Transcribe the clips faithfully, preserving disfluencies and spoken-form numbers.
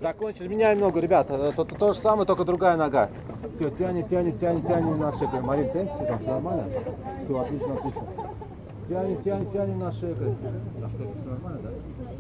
Закончили. Меняем ногу, ребята. То, то, то же самое, только другая нога. Все, тянет, тянет, тянет, тянет на шею. Марин, тянет, все, все нормально? Все, отлично, отлично. Тянет, тянет, тянет на шею. На шею все нормально, да?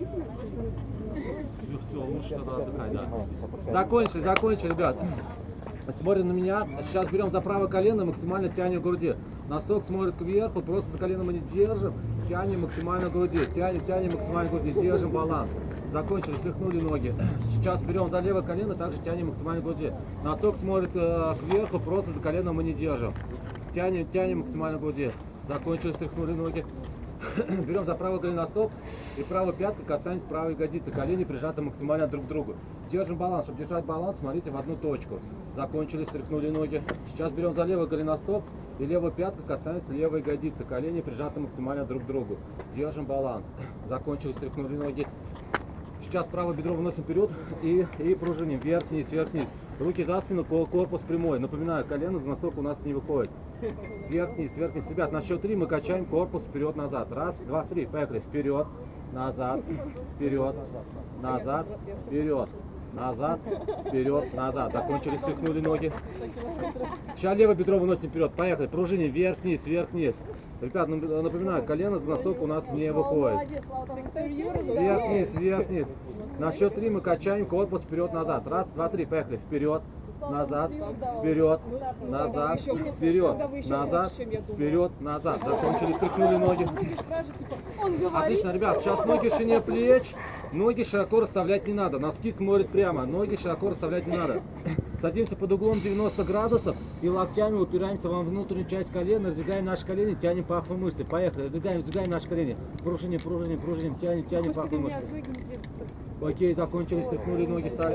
Все, все, лучше тогда отдыхай, да. Закончили, закончили, ребят. Смотрим на меня. Сейчас берем за правое колено, максимально тянем к груди. Носок смотрит кверху, просто за колено мы не держим. Тянем максимально к груди. Тянем, тянем максимально к груди. Держим баланс. Закончили, слегнули ноги. Сейчас берем за левое колено, также тянем максимально к груди. Носок смотрит э, кверху, просто за колено мы не держим. Тянем, тянем максимально к груди. Закончили, слегнули ноги. Берем за правый голеностоп и правой пяткой касаемся правой ягодицы. Колени прижаты максимально друг к другу. Держим баланс. Чтобы держать баланс, смотрите в одну точку. Закончили, стряхнули ноги. Сейчас берем за левый голеностоп и левой пяткой касаемся левой ягодицы. Колени прижаты максимально друг к другу. Держим баланс. Закончили, стряхнули ноги. Сейчас правое бедро выносим вперед и, и пружиним. Вверх-вниз, вверх-вниз. Руки за спину, корпус прямой. Напоминаю, колено за носок у нас не выходит. Вверх-вниз, вверх-вниз. Ребят, на счет три мы качаем корпус вперед-назад. Раз, два, три. Поехали. Вперед, назад, вперед, назад, вперед, назад, вперед, назад. Закончили, стряхнули ноги. Сейчас левое бедро выносим вперед. Поехали. Пружиним. Вверх-вниз, вверх-вниз. Ребят, напоминаю, колено за носок у нас не выходит. Вверх-вниз, вверх-вниз. На счет три мы качаем корпус вперед-назад. Раз, два, три. Поехали. Вперед, назад, вперед, назад, вперед, назад, вперед, назад. Закончили, стряхнули ноги. Отлично, ребят. Сейчас ноги в ширине плеч. Ноги широко расставлять не надо. Носки смотрят прямо. Ноги широко расставлять не надо. Садимся под углом девяносто градусов и локтями упираемся во внутреннюю часть колена, раздвигаем наши колени, тянем паховые мышцы. Поехали, раздвигаем, раздвигаем наши колени. Пружиним, пружиним, пружиним, тянем, тянем паховые мышцы. Окей, закончили, стряхнули ноги, стали.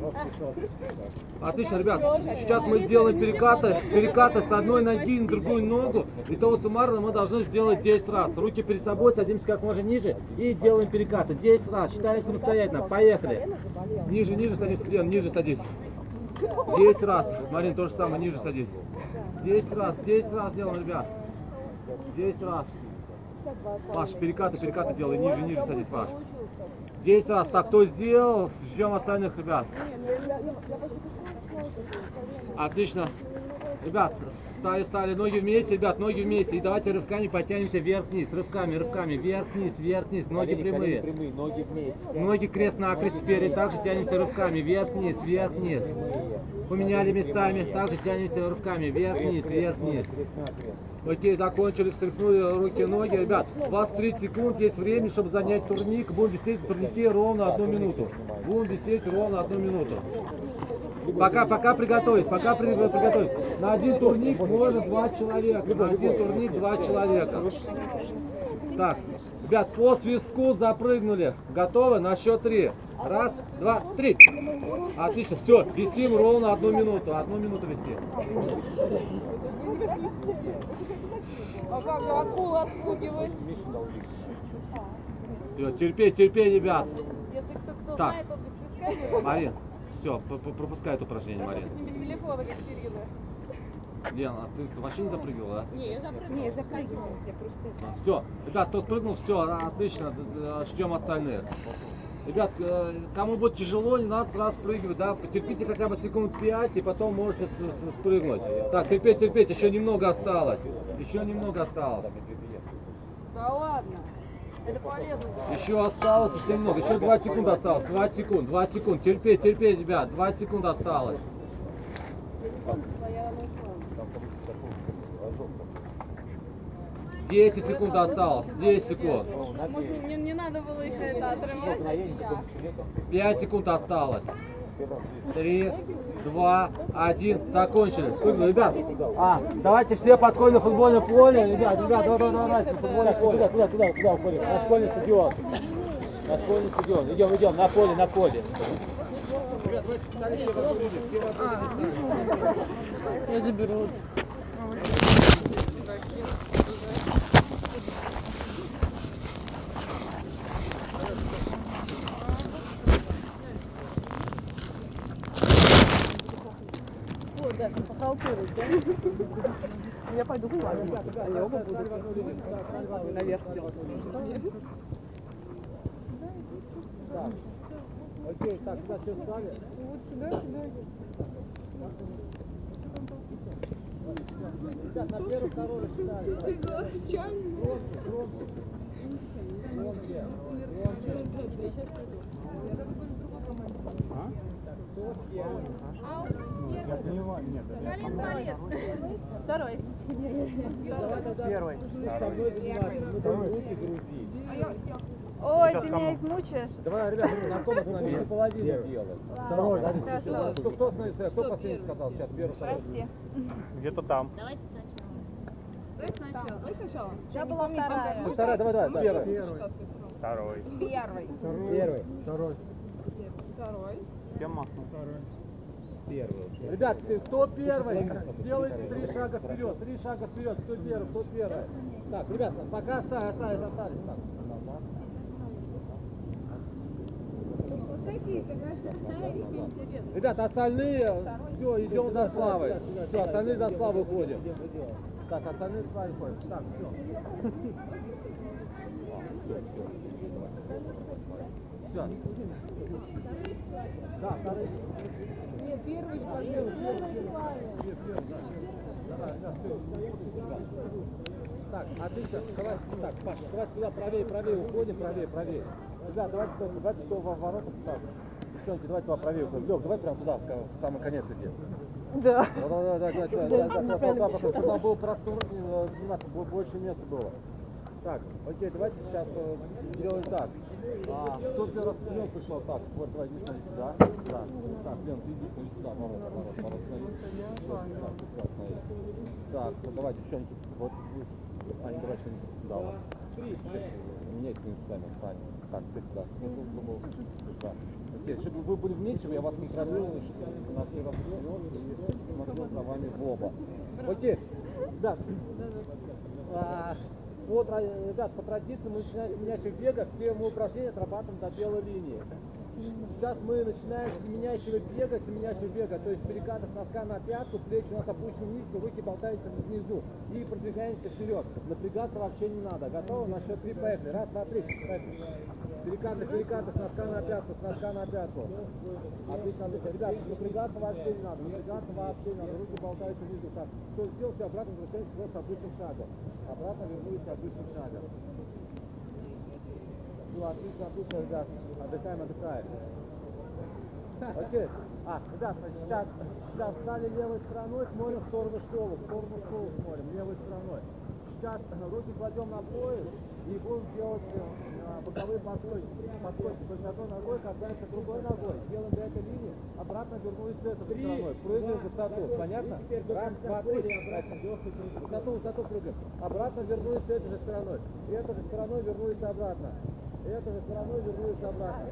Отлично, ребят. Сейчас мы сделаем перекаты, перекаты с одной ноги на другую ногу. Итого суммарно мы должны сделать десять раз. Руки перед собой, садимся как можно ниже и делаем перекаты. десять раз, считаем самостоятельно. Поехали. Ниже, ниже садись, Лен, ниже садись. десять раз. Марин, то же самое, ниже садись. десять раз, десять раз делаем, ребят. десять раз. Паш, перекаты, перекаты делай, ниже, ниже садись, Паш. десять раз. Так, кто сделал? Ждем остальных, ребят. Отлично. Ребят, стали, стали, ноги вместе, ребят, ноги вместе. И давайте рывками потянемся вверх-вниз, рывками, рывками, вверх-вниз, вверх-вниз, ноги прямые. прямые. Ноги вместе. Ноги крест-накрест теперь, также тянемся рывками, вверх-вниз, вверх-вниз. Поменяли местами, также тянемся рывками, вверх-вниз, вверх-вниз. Окей, закончили, встряхнули руки, ноги. Ребят, у вас тридцать секунд, есть время, чтобы занять турник. Будем висеть в турнике ровно одну минуту. Будем висеть ровно одну минуту. Пока, пока приготовить, пока приготовить. На один турник можно два человека. На один турник два человека. Так, ребят, по свистку запрыгнули. Готовы? На счет три. Раз, два, три. Отлично, все, висим ровно одну минуту. Одну минуту висим. А как же акулу отпугивать? Все, терпеть, терпеть, ребят. Если кто, кто Так. знает, то без свистка не Марин, все, пропускай это упражнение, Марин. без телефона, как Сирина. Лена, а ты, ты вообще не запрыгивала, да? Не, я запрыгнула. Не, я запрыгивала, я просто... Все, ребят, кто прыгнул, все, отлично, ждем остальных. Ребят, кому будет тяжело, не надо сразу спрыгивать, да, потерпите хотя бы секунд пять, и потом можете спрыгнуть. Так, терпеть, терпеть, еще немного осталось, еще немного осталось. Да ладно, это полезно. Еще осталось, еще немного, еще двадцать секунд осталось, двадцать секунд, двадцать секунд, терпеть, терпеть, ребят, двадцать секунд осталось. десять секунд осталось, десять секунд. Может, не, не надо было их это отрывать от меня? пять секунд осталось. три, два, один, закончили. Спрыгнули, ребят. А, давайте все подходим на футбольное поле. Ребят, ребят, давай, давай, давай, на футбольное поле. Туда, туда, туда уходим. На школьный стадион. На школьный стадион. Идем, идем, на поле, на поле. Ребят, давайте встали, все в одну линию, все в одну линию. Я заберу. Вот, да, похалтурить, да? Я пойду к вами. Они оба будут наверх делать. Окей, так, сюда все встали. Вот сюда, сюда. Ребят, на первый, второй рассчитали. Нифига, Громче, громче. Громче, громче. А? Я понимаю, нет, это Второй. первый. Со мной заниматься, мы будем руки грузить. Ой, ты меня измучаешь. Давай, ребят, на ком остановились? Половину делай. Второй, да, Хорошо. кто, кто остановился? Кто последний сказал? Сейчас, первый, второй. Прости. Где-то там. Давайте сначала. Давай сначала. Я была вторая. Ну, вторая, давай, давай, первый. Второй. Первый. Первый. Второй. Второй. Кем махнул? Первый. Ребят, ты кто первый? Делайте три шага вперед, три шага вперед, кто первый, кто первый. Так, ребят, пока остались, остались, остались. Так. Ребята, остальные, все, идем за Славой. Все, остальные за Славой ходим. Так, остальные за Славой ходят. Так, все. Все. Да, второй. Нет, первый Первый, первый, первый, первый, да. Давай, да, все. Так, отлично. Давай, так, Паша, давайте туда правее, правее уходим, правее, правее. Ребят, давайте, давайте кто во ворота ставим. Девчонки, давайте туда правее уходим. Лёг, давай прямо туда, в самый конец иди. Да. Да, да, да, да, да, да, да, чтобы там было простор, заниматься, больше места было. Так, окей, давайте сейчас э, сделаем так. А, кто первый раз вперед пришел? Так, вот, давай, иди смотри сюда. Да. Так, Лен, ты иди смотри сюда, ворот, ворот, ворот, смотри. Вот, так, прекрасно. Так, вот, давай, девчонки, вот, вы, Аня, давай что-нибудь сюда, вот. Меняйте местами, встань. Так, ты сюда. Ну, тут, думаю, сюда. Окей, чтобы вы были вместе, чтобы я вас контролировал, чтобы у нас не распрямил и смотрел за вами в оба. Окей, да. А, вот, ребят, по традиции мы начинаем с меняющих бега, все мы упражнения отрабатываем до белой линии. Сейчас мы начинаем с меняющего бега, с меняющего бега, то есть перекаты с носка на пятку, плечи у нас опущены вниз, руки болтаются внизу и продвигаемся вперед. Напрягаться вообще не надо. Готовы? На счет три, поехали. Раз, два, три, поехали. Перекаты, перекаты с носка на пятку, с носка на пятку. Отлично, отлично. Ребят, напрягаться вообще не надо, напрягаться вообще не надо, руки болтаются внизу. Так, что сделайте, обратно возвращаемся просто обычным шагом. Обратно вернулись обычным шагом. Ну, отлично, отлично, ребят. Отдыхаем, отдыхаем. Окей. А, ребят, сейчас, сейчас стали левой стороной, смотрим в сторону школы, в сторону школы смотрим, левой стороной. Сейчас руки кладем на пояс и будем делать а, боковые подскочки. Подскочки. То есть одной ногой касаемся другой ногой. Делаем до этой линии, обратно вернулись с этой стороной. Прыгаем в высоту. Понятно? Раз, два, три. Высоту, высоту прыгаем. Обратно вернулись с этой же стороной. И этой же стороной вернулись обратно. И этой же стороной вернулись обратно.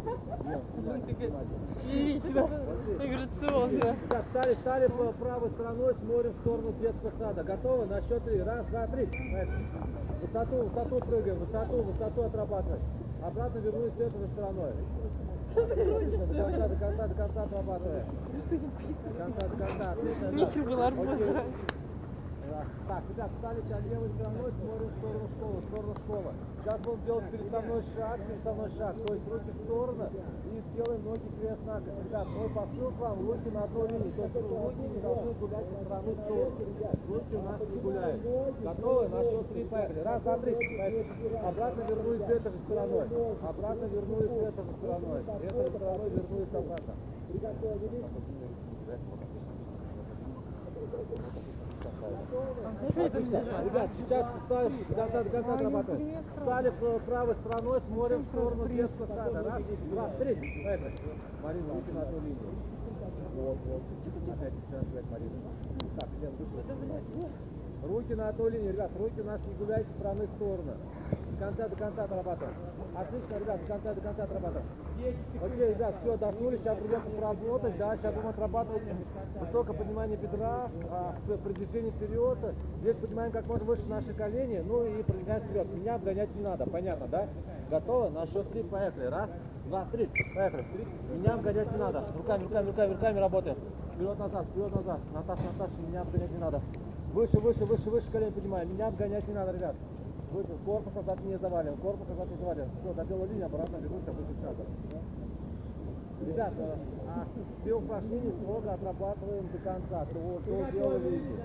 Отлично. Миграционно. Так, стали, стали по правой стороной, смотрим в сторону детского сада. Готовы? На счет три. Раз, два, три. Высоту, высоту прыгаем, высоту, высоту отрабатываем. Обратно вернулись с этой же стороной. До конца, до конца, до конца отрабатываем. До конца, до конца. Отлично. Нихер был арбуз. Так, ребят, стали сейчас левой стороной, смотрим в сторону школы, в сторону школы. Сейчас будем делать переставной шаг, переставной шаг, то есть руки в сторону и сделаем ноги крест-накрест. Ребят, мой посыл к вам, руки на одной линии, то есть руки не должны гулять со стороны в сторону. Руки у нас не гуляют. Готовы? На счет три, поехали. Раз, два, три, поехали. Обратно вернулись с этой же стороной. Обратно вернулись с этой же стороной. Этой же стороной вернулись обратно. Отлично. Ребят, сейчас стали до конца, до конца отрабатываем. Стали правой стороной, смотрим в сторону детского сада. Раз, два, три. Поехали. Марина, руки на одну линию. Вот, вот. Опять начинаем, Марина. Так, Лен, вышли. Руки на одну линию, ребят, руки у нас не гуляют с стороны в сторону. До конца, до конца отрабатываем. Отлично, ребят, до конца, до конца отрабатываем. Окей, ребят, все, отдохнули, сейчас придется поработать, да, сейчас будем отрабатывать высокое поднимание бедра, а, продвижение вперед. Здесь поднимаем как можно выше наши колени, ну и продвигаем вперед. Меня обгонять не надо, понятно, да? Готовы? На счет три, поехали. Раз, два, три, поехали. Меня обгонять не надо. Руками, руками, руками, руками работаем. Вперед-назад, вперед-назад. Наташа, Наташа, меня обгонять не надо. Выше, выше, выше, выше колени поднимаем. Меня обгонять не надо, ребят. Выше, корпус назад не заваливаем, корпус назад не заваливаем. Все, до белой линии, обратно вернусь, обычным шагом. Ребята, а все упражнения строго отрабатываем до конца. То, то делали линии.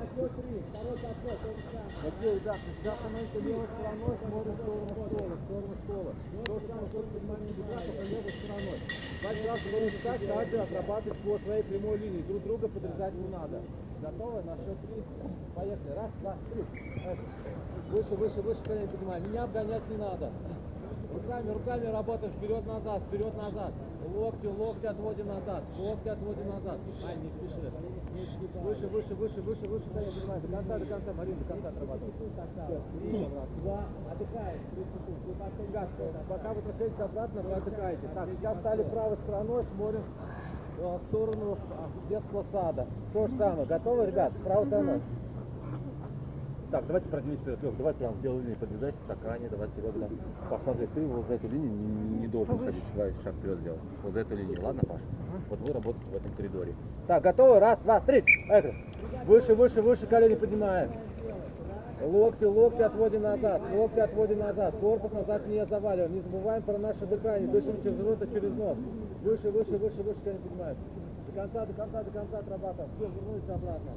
Окей, ребята, сейчас становится левой стороной, смотрим в сторону стола, в сторону стола. То же самое, что поднимание бедра, только левой стороной. Каждый раз будем так, каждый отрабатывать по своей прямой линии. Друг друга подрезать не надо. Готовы? На счет три. Поехали. Раз, два, три. Выше, выше, выше колени поднимаем. Меня обгонять не надо. Руками, руками работаем вперед-назад, вперед-назад. Локти, локти отводим назад, локти отводим назад. Ай, не спеши. Выше, выше, выше, выше, выше колени поднимаем. До конца, до конца, Марин, до конца отрабатываем. Три, два, отдыхаем. Ребят, пока вы проходите обратно, вы отдыхаете. Так, сейчас стали правой стороной, смотрим в сторону детского сада. То же самое. Готовы, ребят? Правой стороной. Так, давайте продвинемся вперед. Лёх, давай прям в белую линию подвязайся, стакане, давайте его прям. Посмотри, ты вот за эту линию не, не должен ходить. Давай шаг вперед сделай. Вот за эту линию, ладно, Паш? Вот вы работаете в этом коридоре. Так, готовы? Раз, два, три. Поехали. Выше, выше, выше колени поднимаем. Локти, локти отводим назад, локти отводим назад, корпус назад не заваливаем. Не забываем про наше дыхание, дышим через рот и через нос. Выше, выше, выше, выше колени поднимаем. До конца, до конца, до конца отрабатываем. Все, вернулись обратно.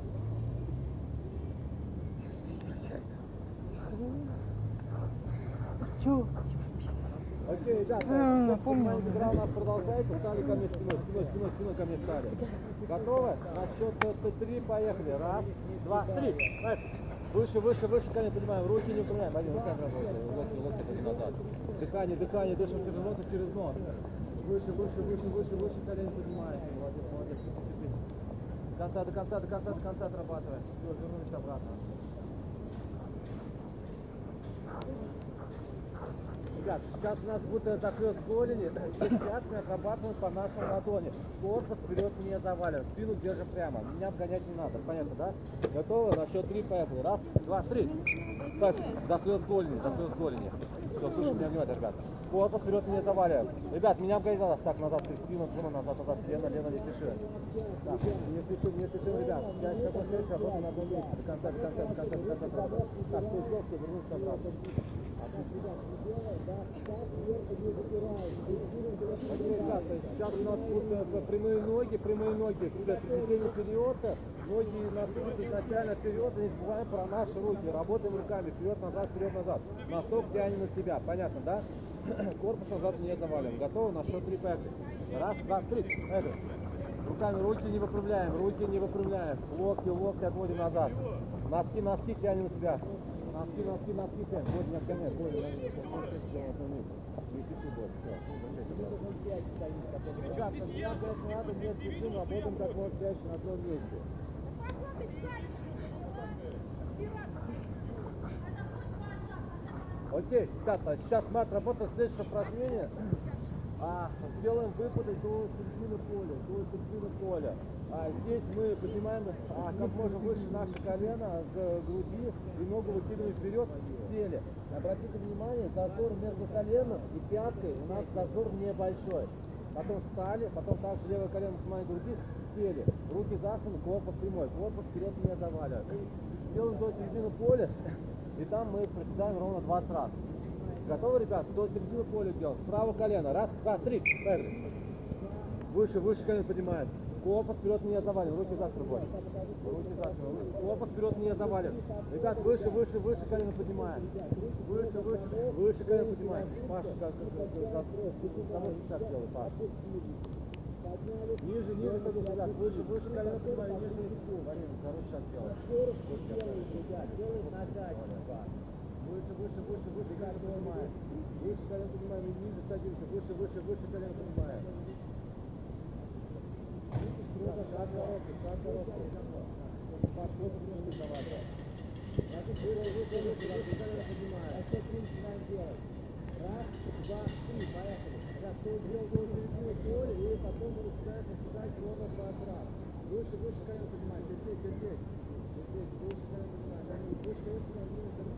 Чё? Окей, ребята, А, помню. игра у нас продолжается, стали ко мне спиной, спиной, спиной, спиной ко мне стали. Готовы? На счет три, поехали. Раз, два, три. Поехали. Выше, выше, выше колени поднимаем, руки не упрямляем. Один, руками работаем, локти, локти поднимаем назад. Дыхание, дыхание, дышим через рот и через нос. Выше, выше, выше, выше, выше колени поднимаем. Молодец, молодец. До конца, до конца, до конца, до конца отрабатываем. Все, вернулись обратно. Ребят, сейчас у нас будет захлёст голени, сейчас мы отрабатываем по нашей ладони. Корпус вперед не заваливаем, спину держим прямо, меня обгонять не надо, понятно, да? Готовы? На счет три, поехали. Раз, два, три. Так, захлёст голени, захлёст голени. Все, слушайте меня внимательно, ребят. Корпус вперед не заваливаем. Ребят, меня обгонять надо. Так, назад, спину, спину, назад, назад, Лена, Лена, не спеши. Так, не спешим, не спешим, ребят. пять секунд следующий, работаем на одном месте. До конца, до конца, до конца, до конца. Так, стой, стой, стой, вернулся обратно. Окей, ребята, сейчас у нас будут прямые ноги, прямые ноги, передвижение вперед, ноги нас идут изначально вперед, и не забываем про наши руки, работаем руками, вперед-назад, вперед-назад, носок тянем на себя, понятно, да? Корпус назад не завалим, готовы, на счет три, поехали. Раз, два, три, поехали. Руками руки не выпрямляем, руки не выпрямляем, локти, локти отводим назад, носки, носки тянем на себя. Носки, носки, носки, тянем, вот не отгоняй, вот не отгоняй. Не спеши больше, все. Ребята, не надо, не надо, не спешим, работаем как можно чаще на одном месте. Окей, ребята, сейчас мы отработаем следующее упражнение. А, сделаем выпады до середины поля, до середины поля. А, здесь мы поднимаем а, как можно выше наше колено к груди и ногу выкидываем вперед, сели. Обратите внимание, зазор между коленом и пяткой у нас зазор небольшой. Потом встали, потом также левое колено снимаем груди, сели. Руки засланы, корпус прямой, корпус вперед не заваливаем. Делаем до середины поля, и там мы приседаем ровно двадцать раз. Готовы, ребят? До середины поля делаем. Справа колено. Раз, два, три. Поехали. Выше, выше колено поднимаем. Корпус вперед не завалим. Руки за собой. Руки за собой. Корпус вперед не завалим. Ребят, выше, выше, выше колено поднимаем. Выше, выше, выше колено поднимаем. Паша, как самой сейчас делай, Паша. Ниже, ниже, ребят, выше, выше колено поднимаем. Ниже. Марина, короче, сейчас делаем. Выше, выше, выше, выше колено поднимаем. Выше колено поднимаем и ниже садимся. Выше, выше, выше колено поднимаем. Шаг короткий, шаг короткий. Подход не заваливаем. Значит, выше, выше, выше, выше колено поднимаем. А что начинаем делать? Раз, два, три, поехали. Раз, то делал до середины поля, и потом мы начинаем посчитать ровно двадцать раз. Выше, выше колено поднимаем. Здесь, здесь, здесь. Здесь, выше колено поднимаем. Выше колено поднимаем.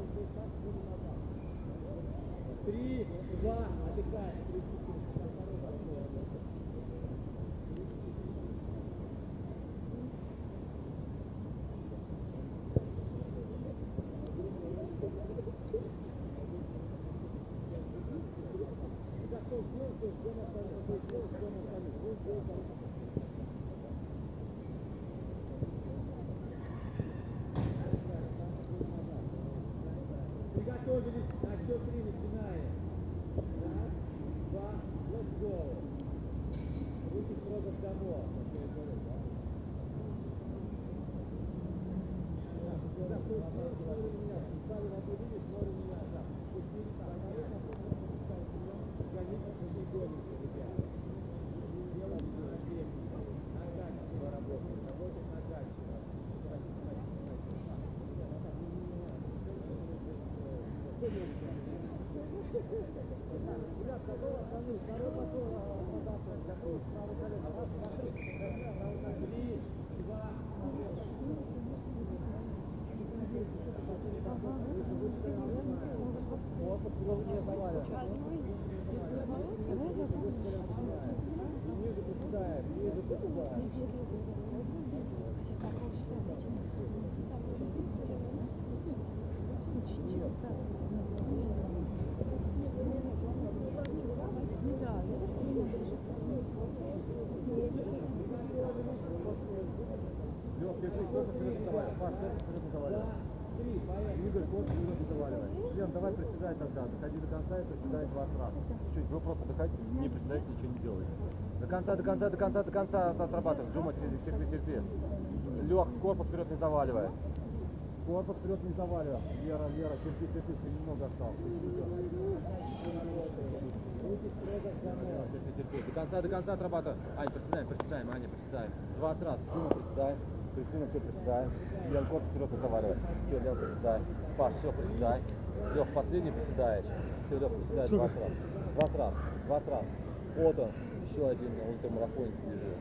Три, два, отдыхаем. Приготовились, на счет три начинаем. Раз, два, let's go. Руки строго в замок. Стали на одну линию, смотрим меня. Пустили, осторожно, гоните, не гоните, ребята. Делаем на технику. На качество работаем. Работаем на качество. Ребят, готовы остальные? Второй мотор податься. Готовы? Правый колено. Раз, два, три. Три, два, корпус вперед не заваливаем. Ниже попадаем, ниже попадаем. Лёх, держи, корпус вперед не заваливай. Паш, корпус вперед не заваливай. Игорь, корпус вперед не заваливай. Лен, давай приседай тогда. Доходи до конца и приседай двадцать раз. Чуть, вы просто доходите, не приседайте, ничего не делаете. До конца, до конца, до конца, до конца отрабатываем. Джума, терпи, терпи. Лех, корпус вперед не заваливай. Корпус вперед не заваливай. Вера, Вера, терпи, терпи, ты немного остался. Руки строго в замок. Терпи, терпи. До конца, до конца отрабатываем. Ань, приседаем, приседаем, Аня, приседаем. двадцать раз. Джума, приседаем. Кристина, все, приседаем. Лен, корпус вперед не заваливай. Все, Лен, приседай. Паш, все, приседай. Лех, последний приседаешь. Все, Лех, приседай двадцать раз. двадцать раз, двадцать раз. Вот он, еще один ультрамарафонец лежит.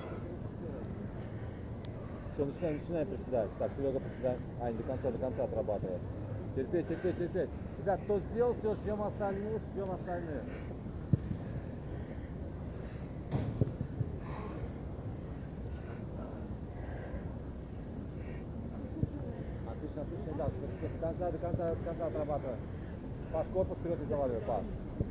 Все, начинаем, начинаем приседать. Так, Серега, приседаем. Ань, до конца, до конца отрабатывай. Терпеть, терпеть, терпеть. Ребят, кто сделал, все, ждем остальных, ждем остальных. Отлично, отлично, да. До конца, до конца, до конца отрабатывай. Паш, корпус вперед не заваливай, Паш.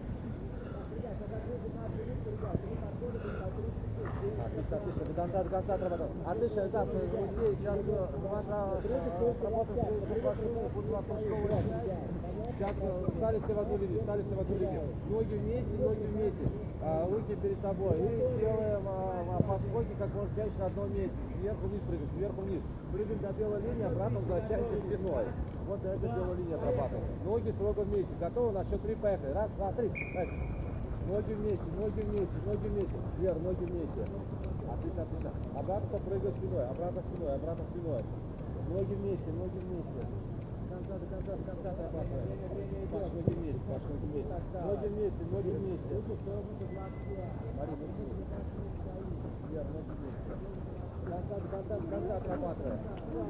Отлично, отлично, до конца, до конца отрабатывай. Отлично, ребят, друзей, сейчас работаем следующую прошивку, будет у нас прыжковый. Сейчас стали все в одну линию, стали все в одну линию. Ноги вместе, ноги вместе, а, руки перед собой. И делаем а, подскоки как можно чаще на одном месте. Сверху вниз прыгаем, сверху вниз. Прыгаем до белой линии, обратно возвращаемся спиной. Вот до этой белой линии отрабатываем. Ноги строго вместе. Готовы? На счет три поехали. Раз, два, три. Поехали. Ноги вместе, ноги вместе, ноги вместе. Вверх, ноги вместе. Отлично, отлично. Обратно попрыгай спиной, обратно спиной, обратно спиной. Ноги вместе, ноги вместе. До конца, до конца, до конца отрабатываем. Паш, ноги вместе, Паш, ноги вместе. Ноги вместе, ноги вместе. Мари, ноги вместе. Вверх, ноги вместе. До конца, до конца, до конца отрабатываем.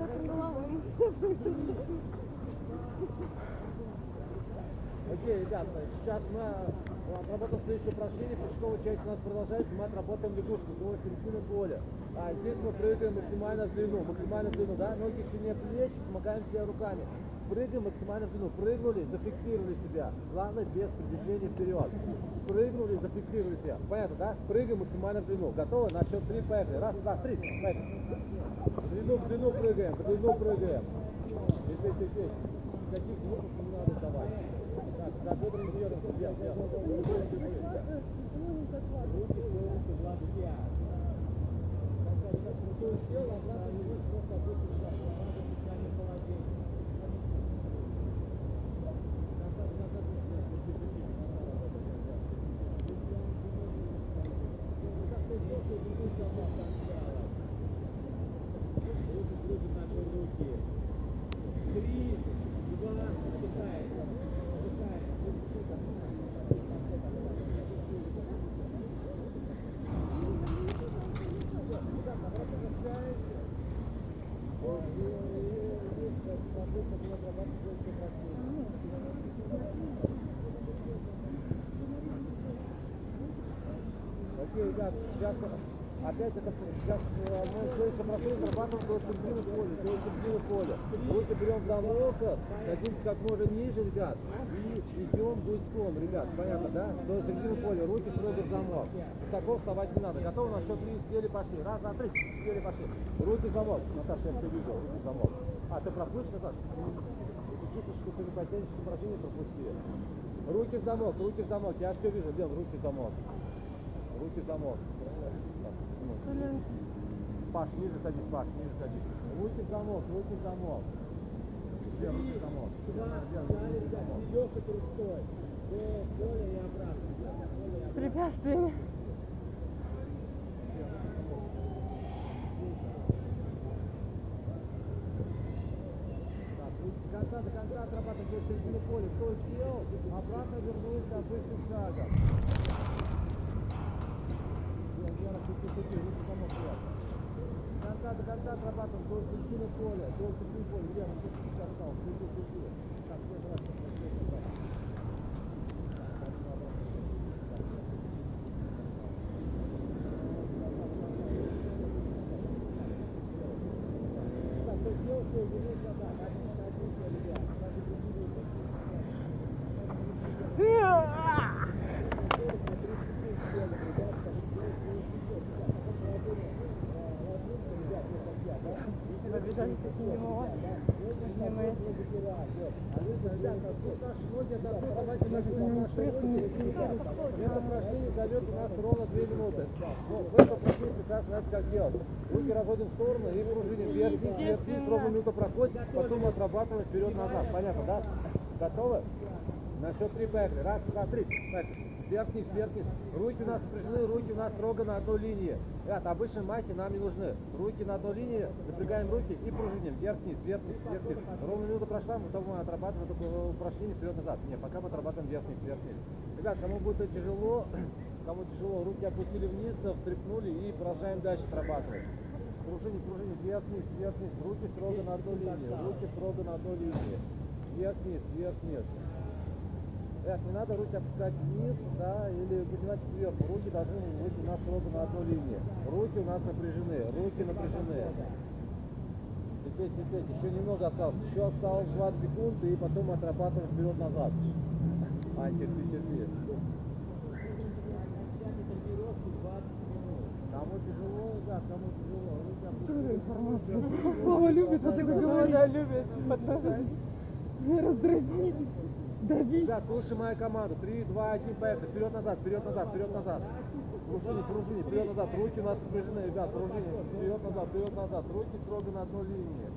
Окей, ребята, сейчас мы отработаем следующее упражнение. Прыжковая часть у нас продолжается. Мы отработаем лягушку до середины поля. А здесь мы прыгаем максимально в длину. Максимально в длину, да? Ноги к ширине плеч, помогаем себе руками. Прыгаем максимально в длину. Прыгнули, зафиксировали себя. Главное, без движения вперед. Прыгнули, зафиксировали себя. Понятно, да? Прыгаем максимально в длину. Готовы? На счет три, поехали. Раз, два, три. Поехали. В длину, в длину прыгаем. В длину прыгаем. Здесь, здесь, здесь. Никаких звуков не надо давать. Так, за бодрым впередом. Вверх, вверх. Руки полностью в ладья. Кто сделал, обратно не будет просто обычный шаг. Надо специальное положение. Назад, назад, назад. Как ты сделал, что не будет сама так делать. Руки крутят наши руки. Три, два, отдыхаем. Отдыхаем. Окей, ребят, сейчас опять это сейчас мы следующее прохождение зарабатываем до середины поля, до середины поля. Руки берем за локоть, садимся как можно ниже, ребят, и идем гуськом, ребят, понятно, да? До середины поля, руки строго в замок. Высоко вставать не надо. Готовы? На счет три, сели, пошли. Раз, два, три, сели, пошли. Руки в замок. Наташа, я все видел, руки в замок. А, ты пропустишь, Наташа? чувствуешь, что ты не потянешь, упражнение пропусти. Руки в замок, руки в замок. Я все вижу, Лен, руки в замок. Руки в замок. Так, ну. Паш, ниже садись, Паш, ниже садись. Руки в замок, руки в замок. Лен, руки в замок. Лёха кружной. До поля и обратно. С препятствиями. До конца, до конца отрабатывать до середины поля. Кто сделал, обратно вернулся обычным шагом. Вера, чуть-чуть, чуть-чуть, руки в замок, Вера. До конца, до конца отрабатываем до середины поля, до середины поля. Вера, чуть-чуть осталось, чуть-чуть, чуть-чуть. Так, следующий раз, следующий раз. Это упражнение займет у нас ровно две минуты. Но в этом упражнении сейчас знаете, как делать. Руки разводим в сторону и пружиним вверх, вверх, вверх, ровно минута проходит, потом отрабатываем вперед-назад. Понятно, да? Готовы? На счет три поехали. Раз, два, три. Поехали. Вверх-вниз, вверх-вниз. Руки у нас напряжены, руки у нас строго на одной линии. Ребят, обычной массе нам не нужны. Руки на одной линии, напрягаем руки и пружиним. Вверх-вниз, вверх-вниз, вверх-вниз. Ровно минута прошла, мы потом отрабатываем это упражнение вперед-назад. Не, пока мы отрабатываем вверх-вниз, вверх-вниз. Ребят, кому будет тяжело, кому тяжело, руки опустили вниз, встряхнули и продолжаем дальше отрабатывать. Пружиним, пружиним, вверх-вниз, вверх-вниз. Руки строго на одной линии, руки строго на одной линии. Вверх-вниз, вверх-вниз. Эх, не надо руки опускать вниз, да, или поднимать кверху. Руки должны быть у нас строго на одной линии. Руки у нас напряжены, руки напряжены. Терпеть, терпеть, еще немного осталось. Еще осталось двадцать секунд, и потом отрабатываем вперед-назад. А, терпи, терпи. Кому тяжело, да, кому тяжело. Руки опустить. Слава любит, а что говорит? Она любит. Раздразнить. Ребят, слушай мою команду. Три, два, один, поехали. Вперед-назад, вперед-назад, вперед-назад. Пружини, пружини, вперед-назад. Руки у нас напряжены, ребят, пружини. Вперед-назад, вперед-назад. Руки строго на одной линии.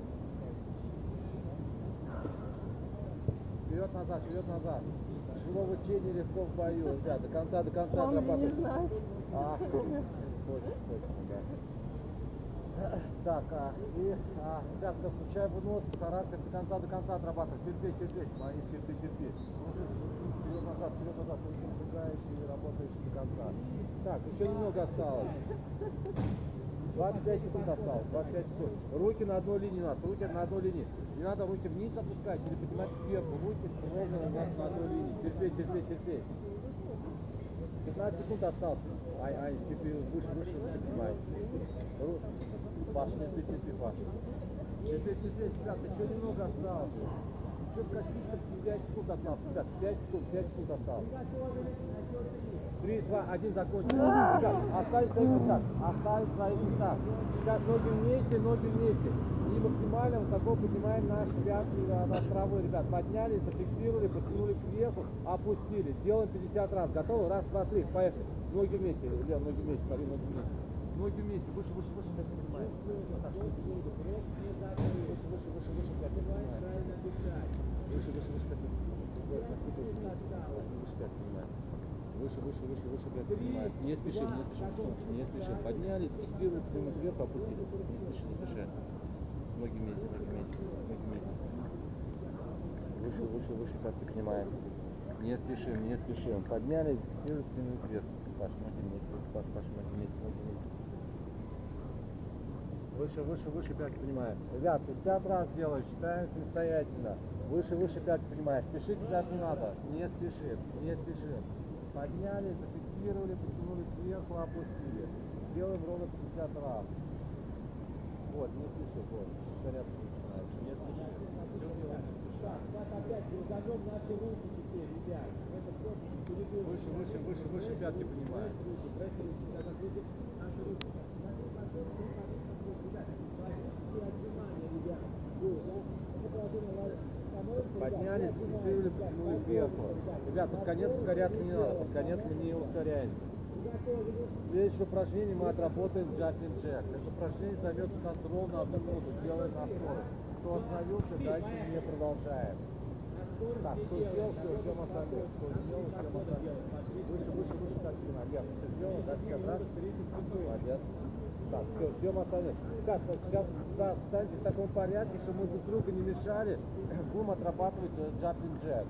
Вперед-назад, вперед-назад. Тяжело в учении, легко в бою, ребят. До конца, до конца отрабатывать. А, точно, точно, да. Так, а, и, а, ребят, как включай вынос, стараться до конца, до конца отрабатывать. Терпеть, терпеть, мои терпи, терпи. Вперед назад, вперед назад, только напрягаешь и работаешь до конца. Так, еще немного осталось. двадцать пять секунд осталось, двадцать пять секунд. Руки на одной линии у нас, руки на одной линии. Не надо руки вниз опускать или поднимать кверху. Руки ровно у нас на одной линии. Терпеть, терпеть, терпеть. пятнадцать секунд осталось. Ай, ай, теперь выше, выше, выше поднимай. Паш, не ты, ты, Паш. Теперь, теперь, ребят, еще немного осталось. Еще каких-то пять секунд осталось. Ребят, пять секунд, пять секунд осталось. три, два, один, закончили. Ребят, оставить свои местах. Оставить свои местах. Сейчас ноги вместе, ноги вместе. И максимально высоко поднимаем наши пятки над травой, ребят. Подняли, зафиксировали, потянули кверху, опустили. Делаем пятьдесят раз. Готовы? Раз, два, три. Поехали. Ноги вместе. Лен, ноги вместе. Смотри, ноги вместе. Ноги вместе. Выше, выше, выше. Пять поднимаем. Выше, выше, выше, выше. Пять поднимаем. Выше, выше, выше. Пять поднимаем. Выше, пять поднимаем. Выше, выше, выше, выше. Пять поднимаем. Не спешим, не спешим. Не спешим. Подняли, фиксируем, поднимаем кверху, опустили. Не спешим, не спешим. Ноги вместе, ноги вместе, ноги вместе. Выше, выше, выше, как поднимаем. Не спешим, не спешим. Подняли, фиксируем, спину вверх. Паш, ноги вместе, Паш, Паш, ноги вместе, ноги вместе. Выше, выше, выше, пятки поднимаем. Ребят, пятьдесят раз делаем, считаем самостоятельно. Выше, выше, пятки поднимаем. Спешить, ребят, не надо. Не спешим, не спешим. Подняли, зафиксировали, потянули сверху, опустили. Делаем ровно пятьдесят раз. Вот, не спешим, вот. Порядок начинаешь. Не спешим. Опять грузанем наши руки теперь, ребят. Выше, выше, выше, выше пятки поднимаем. Поднялись, решили, потянули кверху. Ребят, под конец ускоряться не надо, под конец мы не ускоряемся. Следующее упражнение мы отработаем джаплин джек. Это упражнение займет у нас ровно одну минуту, делаем на скорость. Кто остановился, дальше не продолжаем. Так, кто сделал, все, ждем остальных. Кто сделал, ждем остальных. Выше, выше, выше, так, нет, все сделал, дальше как раз. Молодец. Так, все, ждем остальных. Так, сейчас да, встаньте в таком порядке, чтобы мы друг другу не мешали. Будем отрабатывать джаплин джек.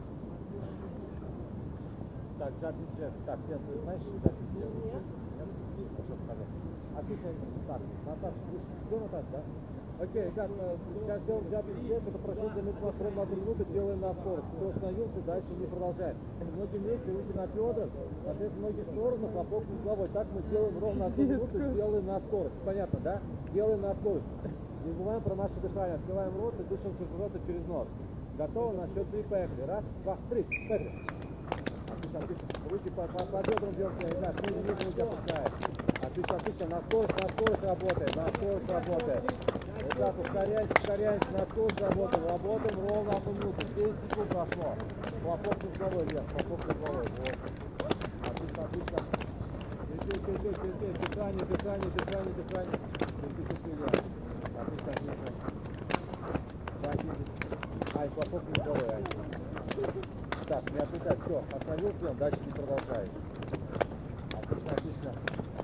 Так, джаплин джек. Так, нет, ты знаешь, джаплин джек? Нет. Отлично. Так, Наташа, все, Наташа, да? Окей, ребят, сейчас делаем джаплин джек, это упражнение займет у нас ровно одну минуту, делаем на скорость. Кто остановился, дальше не продолжаем. Ноги вместе, руки на бедра, соответственно, ноги в сторону, хлопок над головой. Так мы делаем ровно одну минуту, делаем на скорость. Понятно, да? Делаем на скорость. Не забываем про наше дыхание. Открываем рот и дышим через рот и через нос. Готово? На счет три, поехали. Раз, два, три, поехали. Отлично, отлично. Руки по, по, по бедрам делаем, ребят, ниже, ниже руки опускаем. Отлично, отлично. На скорость, на скорость работаем, на скорость работаем. Ребят, ускоряемся, ускоряемся, на скорость работаем. Работаем ровно одну минуту. десять секунд прошло. Хлопок над головой, вверх, хлопок над головой. Вот. Отлично, отлично. Терпи, терпи, терпи. Дыхание, дыхание, дыхание, дыхание. Терпи, терпи, вверх. Отлично, отлично. Ай, хлопок над головой, ай. Так, не отвлекай, все, остановился, дальше не продолжай. Отлично, отлично.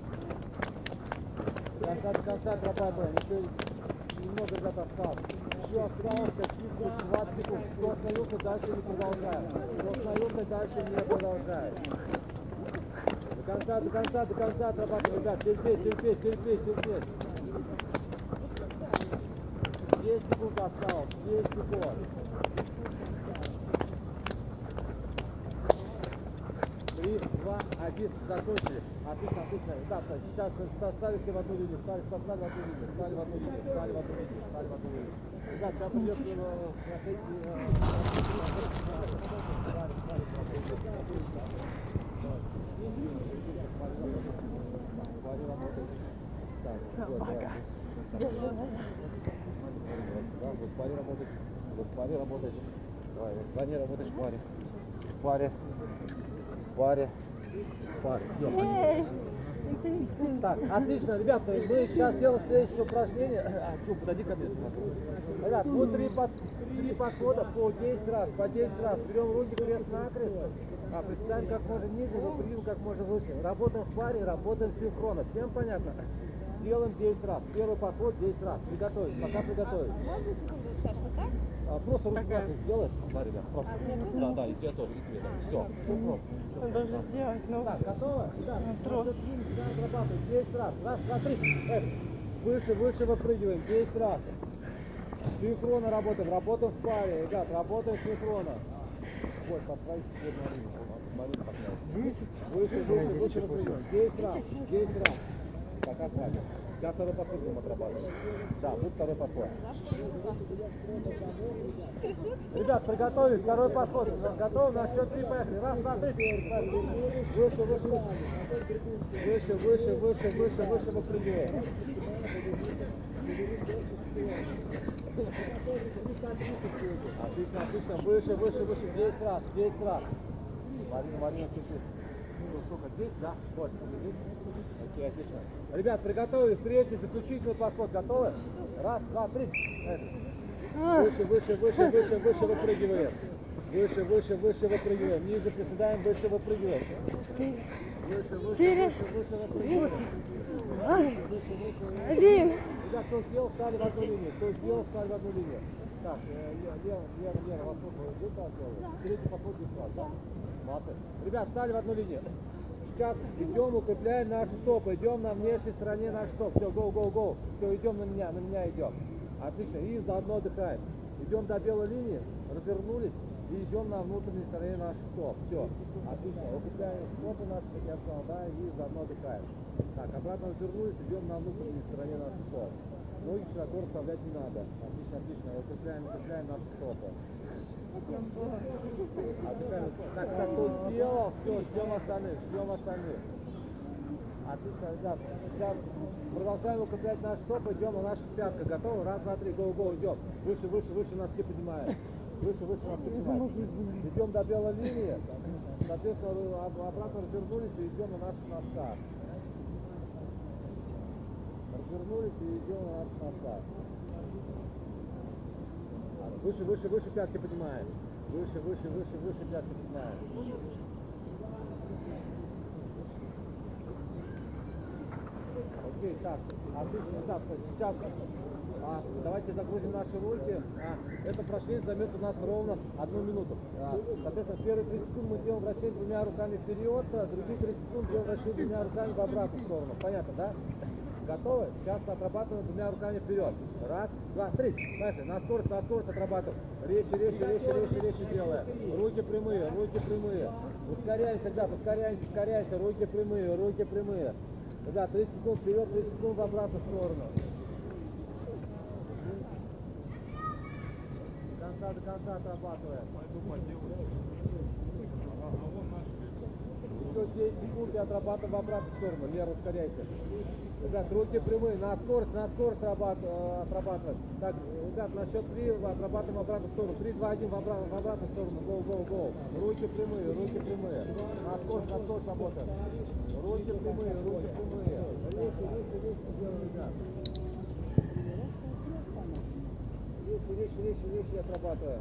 До конца, до конца отрабатываем, еще немного, ребята, осталось. Еще осталось каких-то двадцать секунд. Кто остановился, дальше не продолжаем. Кто остановился, дальше не продолжаем. До конца, до конца, до конца отрабатываем, ребят, терпеть, терпеть, терпеть, терпеть. десять секунд осталось, десять секунд. три, два, один, закончили. Отлично, отлично. Ребята, сейчас стали все в одну линию, стали, стали в одну линию, стали в одну линию, стали в одну линию, стали в одну линию. Ребят, сейчас придет в паре работать, в паре работать. Давай, в паре работаешь, в паре. В паре. В паре. В паре. Так, отлично, ребята, мы сейчас делаем следующее упражнение. А, что, подойди ко мне. Ребят, будет три, под, три подхода по десять раз, по десять раз. Берем руки крест-накрест, а представим как можно ниже, выпрямим как можно выше. Работаем в паре, работаем синхронно. Всем понятно? Делаем десять раз. Первый подход десять раз. Приготовить. Пока приготовить. Можно секунду, Саш, вот так? А, просто руки накрест сделай. Да, ребят, просто. Да, да, и тебе тоже, и тебе. Все, все просто. Надо же сделать, ну. Так, готово? Да, трос. отрабатываем десять раз. Раз, два, три. Эх. Выше, выше выпрыгиваем. десять раз. Синхронно работаем. Работаем в паре. Ребят, работаем синхронно. Вот, подправить сегодня Выше, выше, выше, выше выпрыгиваем. десять раз. десять раз. Пока хватит. Сейчас второй подход будем отрабатывать. Да, будет второй подход. Ребят, приготовились. Второй подход. Готовы? На счет три, поехали. Раз, два, три. Выше, выше, выше. Выше, выше, выше, выше, выше выпрыгиваем. Отлично, отлично. Выше, выше, выше. десять раз, десять раз. Марина, Марина, чуть-чуть. Ну, сколько? десять, да? Вот, здесь. Окей, отлично. Ребят, приготовились. Третий, заключительный подход. Готовы? Раз, два, три. Выше, выше, выше, выше, выше выпрыгиваем. Выше, выше, выше выпрыгиваем. Ниже приседаем, выше выпрыгиваем. Выше, выше, выше, выше выпрыгиваем. Один. Ребят, кто сделал, встали в одну линию. Кто сделал, встали в одну линию. Так, Лера, Лера, Лера, вас вы так делали? Третий подход десять раз, да? Молодцы. Ребят, встали в одну линию. Сейчас идем, укрепляем наши стопы. Идем на внешней стороне наших стоп. Все, go, go, go. Все, идем на меня, на меня идем. Отлично. И заодно отдыхаем. Идем до белой линии, развернулись и идем на внутренней стороне наших стоп. Все. Отлично. Укрепляем стопы наши, как я сказал, да, и заодно отдыхаем. Так, обратно развернулись, идем на внутренней стороне наших стоп. Ноги широко расставлять не надо. Отлично, отлично. Укрепляем, укрепляем наши стопы. Отдыхаем. Так, так, кто сделал, все, ждем остальных, ждем остальных. Отлично, ребят. Сейчас продолжаем укреплять наши стопы, идем на наших пятках. Готовы? Раз, два, три, гоу, гоу, идем. Выше, выше, выше носки поднимаем. Выше, выше нас поднимаем. Идем до белой линии. Соответственно, об- обратно развернулись и идем на наших носках. Развернулись и идем на наших носках. Выше, выше, выше пятки поднимаем. Выше, выше, выше, выше пятки поднимаем. Окей, так, отлично, так, сейчас а, давайте загрузим наши ролики. А, это вращение займет у нас ровно одну минуту. А, соответственно, первые тридцать секунд мы делаем вращение двумя руками вперед, а другие тридцать секунд делаем вращение двумя руками в обратную сторону. Понятно, да? Готовы? Сейчас отрабатываем двумя руками вперед. Раз, два, три. Поехали. На скорость, на скорость отрабатываем. Резче, резче, резче, резче, резче делаем. Руки прямые, руки прямые. Ускоряемся, ребят, ускоряемся, ускоряемся. Руки прямые, руки прямые. Ребят, тридцать секунд вперед, тридцать секунд в обратную сторону. До конца, до конца отрабатываем. Еще десять секунд и отрабатываем в обратную сторону. Лера, ускоряйся. Ребят, руки прямые, на скорость, на скорость отрабатываем. Так, ребят, на счет три отрабатываем в обратную сторону. три, два, один в обратную, в обратную сторону. Гоу, гоу, гоу. Руки прямые, руки прямые. На скорость, на скорость работаем. Руки прямые, руки прямые. Резче, резче, резче делаем, ребят. Резче, резче, резче, резче отрабатываем.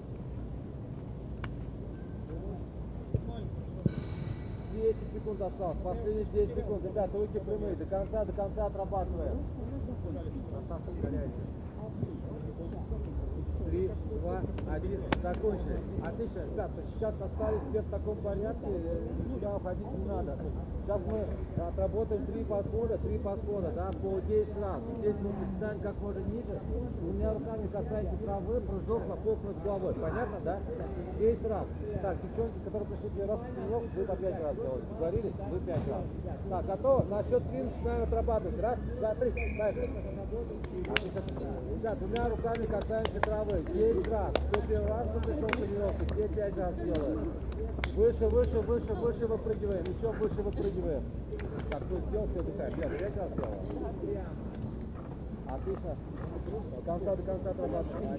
десять секунд осталось, последние десять секунд. Ребята, руки прямые, до конца, до конца отрабатываем. Красавцы, ускоряйся. три, два, один, закончили. Отлично, ребят, сейчас остались все в таком порядке, никуда уходить не надо. Сейчас мы отработаем три подхода, три подхода, да, по десять раз. Здесь мы приседаем как можно ниже, двумя руками касаемся травы, прыжок на копную с головой. Понятно, да? десять раз. Так, девчонки, которые пришли первый раз в тренировку, вы по пять раз делаете. Договорились? Вы пять раз. Так, готово? На счет три начинаем отрабатывать. Раз, два, три. Поехали. Ребят, двумя руками касаемся травы. десять раз. Кто первый раз пришел в тренировку, все пять раз делаем. Выше, выше, выше, выше выпрыгиваем. Еще выше выпрыгиваем. Так, кто сделал, все отдыхаем. Ребят, пять раз делаем. Отлично. До конца, до конца отрабатываем.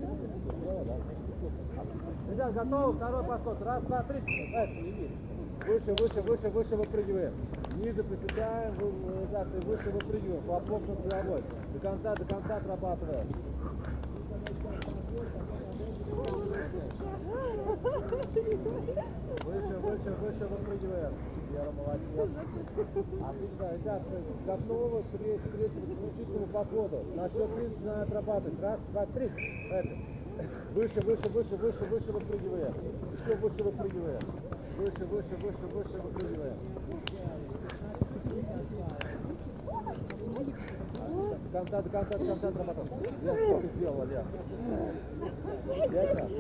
Ребят, готовы? Второй подход. Раз, два, три. Выше, выше, выше, выше выпрыгиваем. Ниже приседаем, ребят, и выше выпрыгиваем. Хлопок над головой. До конца, до конца отрабатываем. Выше, выше, выше выпрыгиваем. Вера, молодец. Отлично, ребят, готовы к третьему заключительному подходу. На счет три начинаем отрабатывать. Раз, два, три. Это. Выше, выше, выше, выше, выше выпрыгиваем. Еще выше выпрыгиваем. Выше, выше, выше, выше выпрыгиваем. До конца, до конца, до конца отрабатываем. Я сколько сделала, Лер? Пять раз?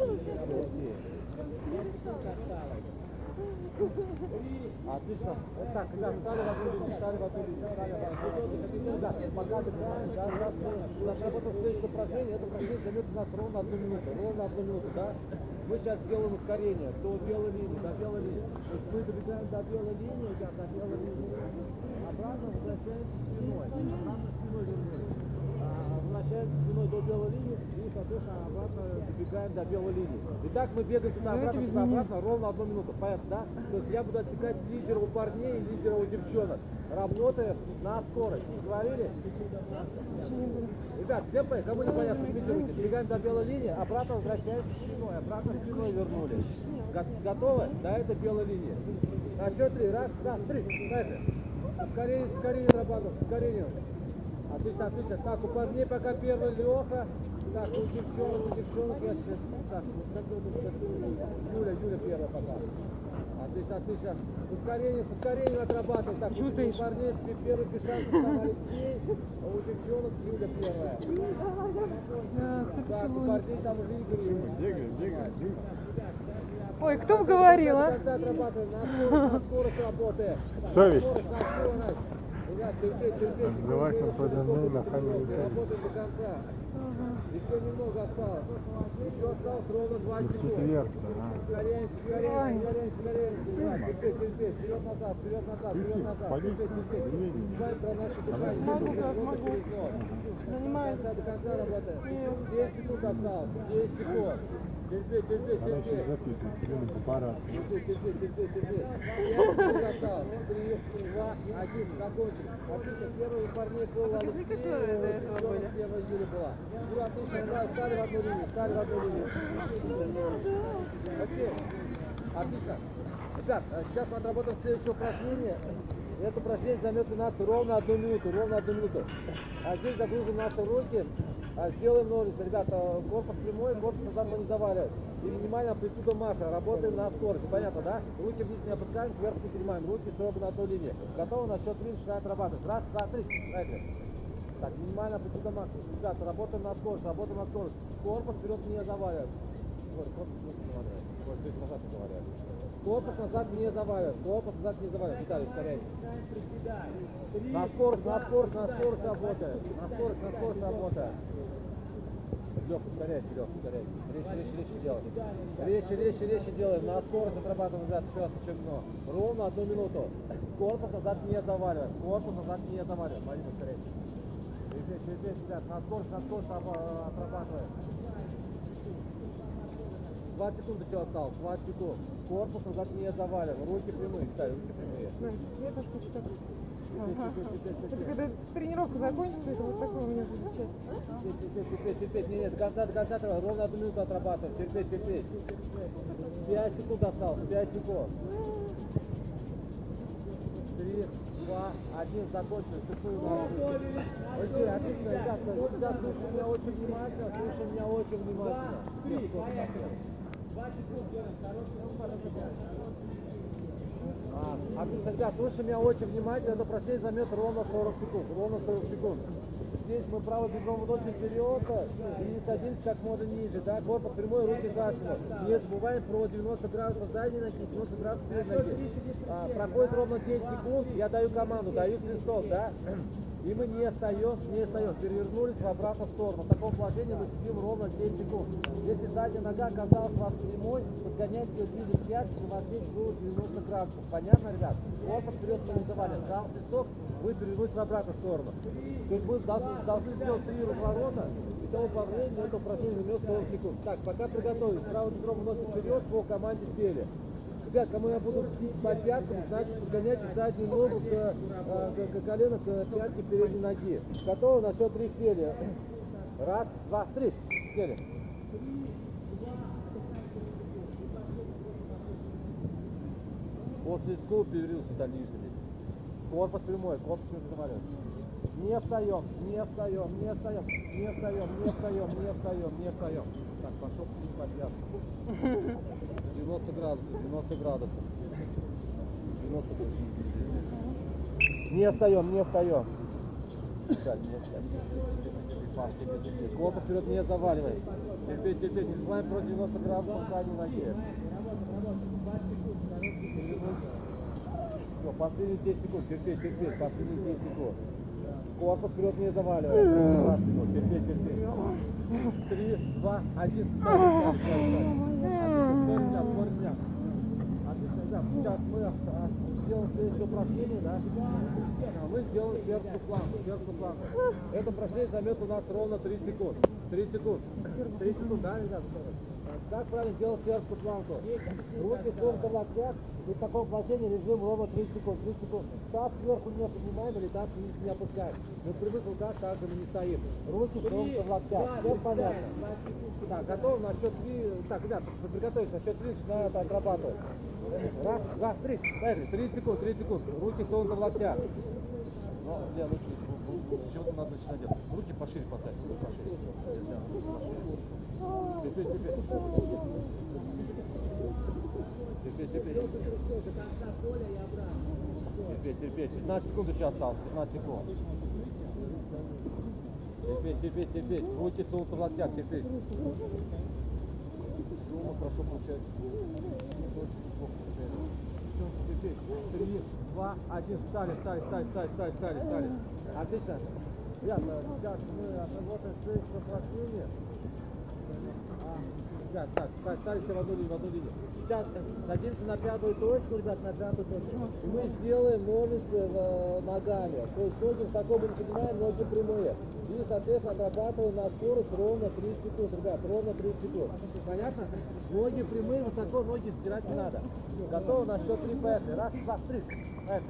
Отлично. Вот так, ребят, стали в одну линию, стали в одну линию, стали в одну линию. Ребят, пока отдыхаем, да, раз мы отработаем следующее упражнение, это упражнение займет у нас ровно одну минуту, ровно одну минуту, да. Мы сейчас делаем ускорение до белой линии, до белой линии. То есть мы добегаем до белой линии, ребят, до белой линии. Обратно возвращаемся спиной, обратно спиной вернулись. Возвращаемся спиной до белой линии и, соответственно, обратно добегаем до белой линии. Итак, мы бегаем туда-обратно, туда-обратно ровно одну минуту. Понятно, да? То есть я буду отсекать лидера у парней и лидера у девчонок. Работаем на скорость. Говорили? Ребят, всем понятно? Кому не понятно, видите руки. Добегаем до белой линии, обратно возвращаемся спиной. Обратно спиной вернули. Готовы? До этой белой линии. На счет три. Раз, два, три. Поехали. Ускорение, ускорение отрабатываем. Ускорение. Отлично, отлично. Так, у парней пока первый Леха. Так, у девчонок, у девчонок я сейчас... Так, Юля, Юля первая пока. Отлично, отлично. Ускорение, с ускорением отрабатываем. Так, у парней первый Пешанцев там Алексей, а у девчонок Юля первая. Так, у парней там уже Игорь. Бегай, бегай, бегай. Ой, кто бы говорил, а? Отрабатываем, на скорость работаем. Совесть. Терпеть, терпеть. Открывайся по дому, на Работаем до конца. Еще немного осталось. Еще осталось ровно два секунды. Ускоряемся, ускоряемся, ускоряемся, ускоряемся. Терпеть, терпеть. Вперед назад, вперед назад, вперед назад. Терпеть, терпеть. Знаем про наше дыхание. Могу, как могу. Занимаюсь. До конца, до конца работаем. десять секунд осталось. десять секунд. Терпеть, терпеть, Она еще терпеть. записывает, Елена Бубара. Терпеть, терпеть, терпеть, терпеть. Пять секунд осталось. Три, два, один, закончили. Отлично, первый у парней был Покажи, Алексей, которые до этого Артём, были. первая Юля была. Ну, отлично, играют, стали в одну линию, стали в одну линию. Окей, отлично. Ребят, а сейчас мы отработаем следующее упражнение. Это упражнение займет у нас ровно одну минуту, ровно одну минуту. А здесь загрузим наши руки, а сделаем ножницы. Ребята, корпус прямой, корпус назад мы не заваливаем. И минимальная амплитуда маха, работаем на скорости, понятно, да? Руки вниз не опускаем, вверх не поднимаем, руки строго на одной линии. Готовы? На счет три начинаем отрабатывать. Раз, два, три, поехали. Так, минимальная амплитуда маха. Ребята, работаем на скорость, работаем на скорость. Корпус вперед не заваливаем. Вот, корпус вперед не заваливаем. Вот, здесь назад не заваливаем. Корпус назад не заваливаем, корпус назад не заваливаем. Виталий, ускоряйся. На скорость, на скорость, на скорость работаем. На скорость, на скорость работаем. Лёх, ускоряйся, Лёх, ускоряйся. Резче, резче, резче делаем. Резче, резче, резче делаем. На скорость отрабатываем, ребят, еще раз подчеркну. Ровно одну минуту. Корпус назад не заваливаем. Корпус назад не заваливаем. Марина, ускоряйся. Резче, резче, ребят, на скорость, на скорость отрабатываем. двадцать секунд еще осталось, двадцать секунд. Корпус назад не завалим, руки прямые, Виталий, руки прямые. Я так хочу так. Ага. Это когда тренировка закончится, это вот такое у меня будет сейчас. Терпеть, терпеть, терпеть, терпеть. Не, не, до конца, до конца, давай, ровно одну минуту отрабатываем. Терпеть, терпеть. Пять секунд осталось, пять секунд. Три, два, один, закончили. Шестую минуту. Окей, отлично, ребята, всегда слушай меня очень внимательно, слушай меня очень внимательно. Три, А, отлично, ребят, слушай меня очень внимательно, это упражнение займет ровно сорок секунд, ровно сорок секунд. Здесь мы правой бедром выносим вперед и садимся как можно ниже, да, корпус прямой, руки за спину. Не забываем про девяносто градусов задней ноги, девяносто градусов передней ноги. А, проходит ровно десять секунд, я даю команду, даю свисток, да, и мы не встаем, не встаем, перевернулись в обратную сторону. В таком положении мы сидим ровно десять секунд. Если задняя нога оказалась вам прямой, подгоняйте ее ближе к пятке, чтобы вас здесь было девяносто градусов. Понятно, ребят? Корпус вперед мы не давали. Дал свисток, вы перевернулись в обратную сторону. То есть мы должны, должны сделать три разворота, и того по времени это упражнение займет сорок секунд. Так, пока приготовились, правый бедро выносим вперед, по команде пели. Ребят, кому я буду бить по пяткам, значит подгоняйте заднюю ногу к, к, к колено, к пятке передней ноги. Готовы? На счет три сели. Раз, два, три. Сели. После скул перевернулся дальнейший. Корпус прямой, корпус не завален. Не встаем, не встаем, не встаем, не встаем, не встаем, не встаем, не встаем. Так, пошел бить по пяткам. девяносто градусов, девяносто градусов. девяносто градусов. Не встаем, не встаем. Так, не встаем. Корпус вперед не заваливай. Терпеть, терпеть, не забываем про девяносто градусов задней ноги. Все, последние десять секунд, терпеть, терпеть, последние десять секунд. Корпус вперед не заваливай. двадцать минут, терпеть, терпеть. Три, два, один. Отлично, скоро меня, скоро меня. Отлично, ребят, сейчас мы а, сделаем следующее упражнение, да? А мы сделаем сверху планку, сверху планку. Это упражнение займет у нас ровно тридцать секунд. тридцать секунд. тридцать секунд, да, ребят? Как правильно делать сверху планку? Руки тонко в локтях, и в таком положении режим ровно тридцать секунд. тридцать секунд. Таз сверху не поднимаем или таз вниз не опускаем. Мы привык в руках, также мы не стоим. Руки тонко в локтях. Все понятно? Так, готовы на счет три. Так, ребят, приготовьтесь, на счет три начинают отрабатывать. Раз, два, три. Поехали. тридцать секунд, тридцать секунд. Руки тонко в локтях. Ну, Лен, руки, с чего-то надо начинать делать. Руки пошире поставить, руки пошире. Теперь, теперь. Теперь, теперь. Терпеть, терпеть. пятнадцать секунд еще осталось, пятнадцать секунд. Терпеть, терпеть, терпеть. Руки сунутся в локтях, терпеть. Шума хорошо получается. Терпеть. Три, два, один. Встали, встали, встали, встали, встали, встали, встали. Отлично. Ребята, сейчас мы отработаем следующее упражнение. Ребят, так, так, стали все в одну линию, в одну линию. Сейчас садимся на пятую точку, ребят, на пятую точку. И мы сделаем ножницы э, ногами. То есть ноги высоко мы не поднимаем, ноги прямые. И, соответственно, отрабатываем на скорость ровно тридцать секунд, ребят, ровно тридцать секунд. Понятно? Ноги прямые, высоко ноги сдирать не надо. Готово? На счет три, поехали. Раз, два, три. Поехали.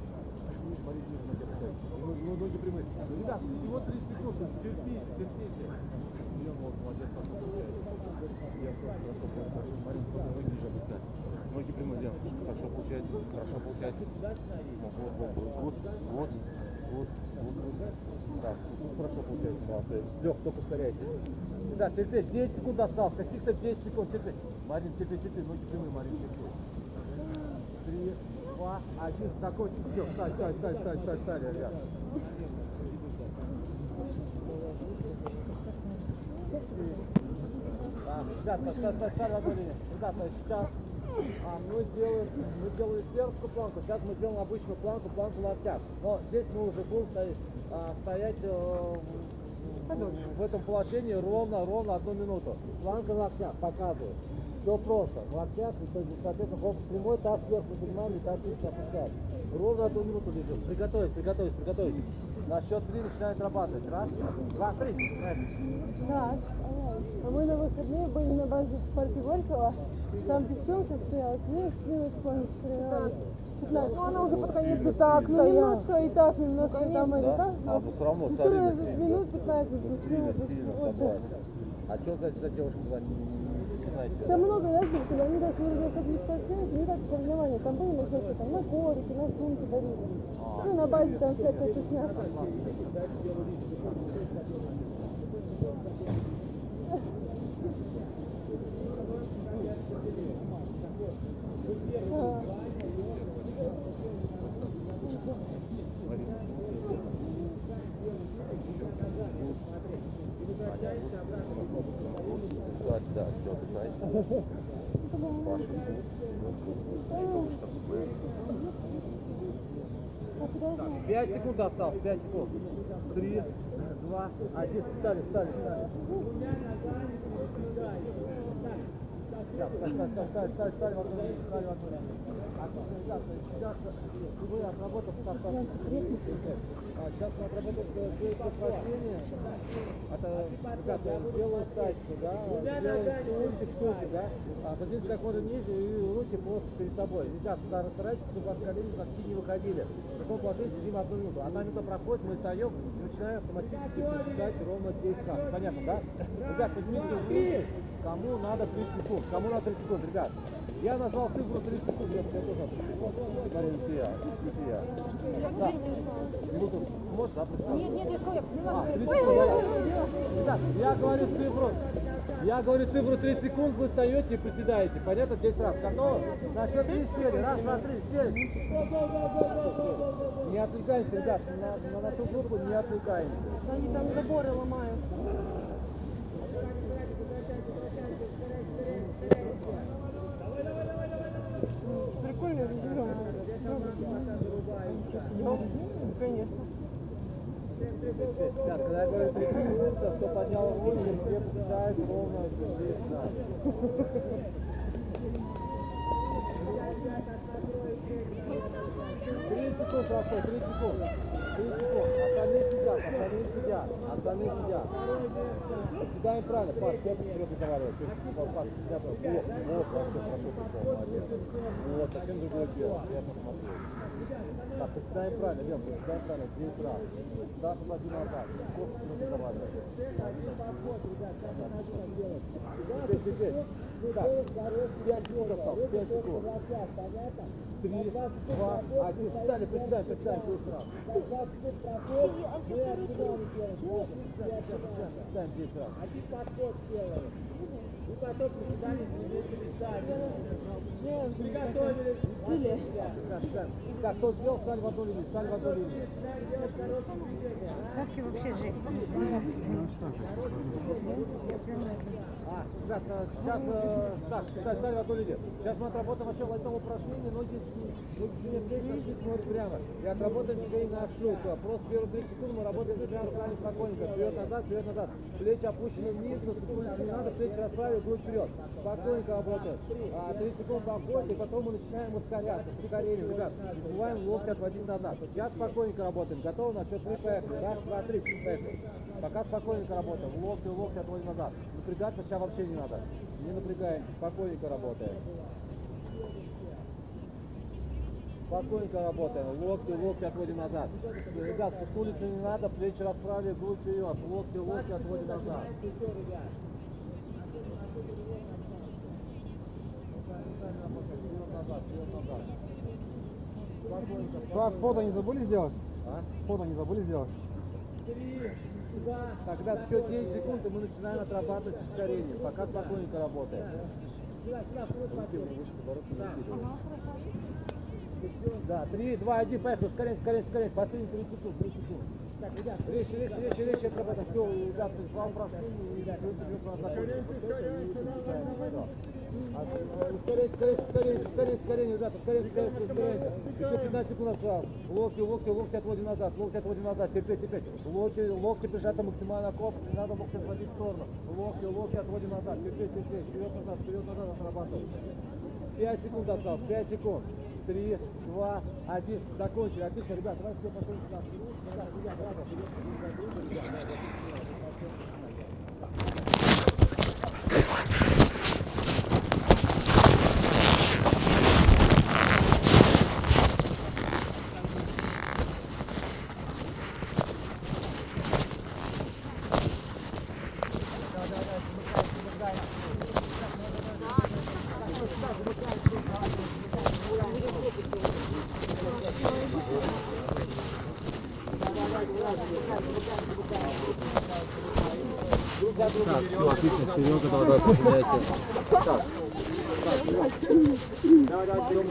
Ну, ну, ноги прямые. Ребят, всего тридцать секунд, терпите, терпите. Я вот, молодец, хорошо получается. Я хорошо, хорошо, хорошо. Марин, ноги ниже опускать. Ноги прямые, Лен, хорошо получается, хорошо получается. Вот, вот, вот, вот, вот, вот, вот. Так, тут хорошо получается, молодцы. Лех, только ускоряйте. Ребят, терпеть, десять секунд осталось, каких-то десять секунд, терпеть. Марин, терпеть, терпеть, ноги прямые, Марин, терпеть. Три, два, один, закончим, все, встань, встань, встань, встань, встань, встань, ребят. Ребята, сейчас, сейчас, сейчас, ребята, сейчас а, мы сделаем, мы делали сербскую планку, сейчас мы делаем обычную планку, планку локтя. Но здесь мы уже будем стоять, а, стоять э, в, в этом положении ровно, ровно одну минуту. Планка локтя, показываю. Все просто. Локтя, соответственно, хлопок прямой, так сверху поднимаем и так вниз опускаем. Ровно одну минуту лежим. Приготовить, приготовить, приготовить. На счет три начинает работать. Раз, два, три. Так, а мы на выходные были на базе в парке Горького. Там девчонка стояла, с ней с вами стреляла. Ну она уже под конец и так, ну немножко и так, немножко там это, да? А, ну все равно Которая солидно. минут пятнадцать Сильно, сильно, согласен. А что за, за девушка была? Не знаете? Там много разных, когда они даже выходили в спортсмены, не так соревнования, там были на всякие, там на коврики, на сумки дарили. Ну на базе там всякая вкусняшка. Да, да, все, знаете. Ваши пять секунд осталось, пять секунд. Три, два, один. Встали, встали, встали. Сейчас, встали, встали, встали, встали, встали в одну линию, встали в одну линию. Отлично, ребята, сейчас вы отработав стартап. Сейчас мы отработаем все упражнения. Это, ребята, делаем стачку, да, делаем стульчик, стульчик, да. Садимся как можно ниже и руки просто перед собой. Ребята, старайтесь, чтобы у вас колени носки не выходили. В таком положении сидим одну минуту. Одна минута проходит, мы встаем и начинаем автоматически приседать ровно десять раз. Понятно, да? Ребят, поднимите руки. Кому надо тридцать секунд? Кому надо тридцать секунд, ребят? Я назвал цифру тридцать секунд, я тоже тридцать секунд. Марина, ты я, ты я. Да. Минуту можешь, да, представить? Нет, нет, я сказала, я поняла. А, тридцать секунд, да, да. Ребят, я говорю цифру, я говорю цифру тридцать секунд, вы встаете и приседаете. Понятно? десять раз. Готовы? На счет три сели. Раз, два, три, сели. Не отвлекаемся, ребят, на, на нашу группу не отвлекаемся. Они там заборы ломают. Прикольно, видео. Конечно. Ребят, когда я говорю тридцать секунд, кто поднял руки, все приседают ровно десять раз. тридцать секунд прошло, тридцать секунд. тридцать секунд. Остальные сидят, остальные сидят, остальные сидят. Сидаем правильно. Паш, я вперед не заваривай. Паш, сидят. Вот, вот, хорошо, хорошо, пришел, молодец. Вот, совсем другое дело. Приятно смотреть. Так, приседаем правильно, Лен, приседаем правильно, десять раз. Даша, поди назад. Сколько не заваривай. Теперь, теперь. Так, пять секунд осталось, пять секунд. Три, два, один. Встали, приседаем, приседаем, десять раз. Приседаем десять раз. Один подход сделаем. И потом приседали, приготовились. Стиле. Так, кто сделал, встали в одну линию, встали в одну линию. Как ты вообще жить? А, ребят, э, сейчас, э, так, кстати, в одну линию. Сейчас мы отработаем вообще в одном упражнении, ноги не плечи, пошли смотрят прямо. И отработаем теперь на шут. Просто первые три секунды мы работаем двумя руками спокойненько. Вперед-назад, вперед-назад. Плечи опущены вниз, но секунду не надо, плечи расправить, грудь вперед. Спокойненько работаем. А, три секунды походит, и потом мы начинаем ускоряться. Ускорение, ребят. Не забываем локти отводить назад. Сейчас спокойненько работаем. Готовы? На счет три, поехали. Раз, два, три, поехали. Пока спокойненько работаем. Локти, локти отводим назад. Напрягаться сейчас вообще не надо. Не напрягаем, спокойненько работаем. Спокойненько работаем. Локти, локти отводим назад. Ребят, с улицы не надо, плечи расправили, грудь вперед. Локти, локти отводим назад. Так, фото не забыли сделать? А? Фото не забыли сделать? Так, ребят, еще десять секунд, и мы начинаем отрабатывать ускорение. Пока спокойненько работаем. Да, три, два, один, поехали. Ускорение, ускорение, ускорение. Последние три секунды, три секунды. Так, ребят, речи, речи, речи, речи, отрабатываем. Все, ребят, два упражнения, и ускорение, ускорение, ускорение, ускорение, ускорение, ребята, ускорение, ускорение, ускорение. Еще пятнадцать секунд осталось. Локти, локти, локти отводим назад, локти отводим назад, терпеть, терпеть. Локти, локти прижаты максимально к корпусу, не надо локти отводить в сторону. Локти, локти отводим назад, терпеть, терпеть, вперед, назад, вперед, назад, отрабатываем. пять секунд осталось, пять секунд. три, два, один, закончили. Отлично, ребят, давайте все потом сюда. Ребят, ребят, ребят, ребят, ребят, ребят. Так, все, отлично, вперед, давай, давай, поднимайся. Так, так, давай, давай, берем.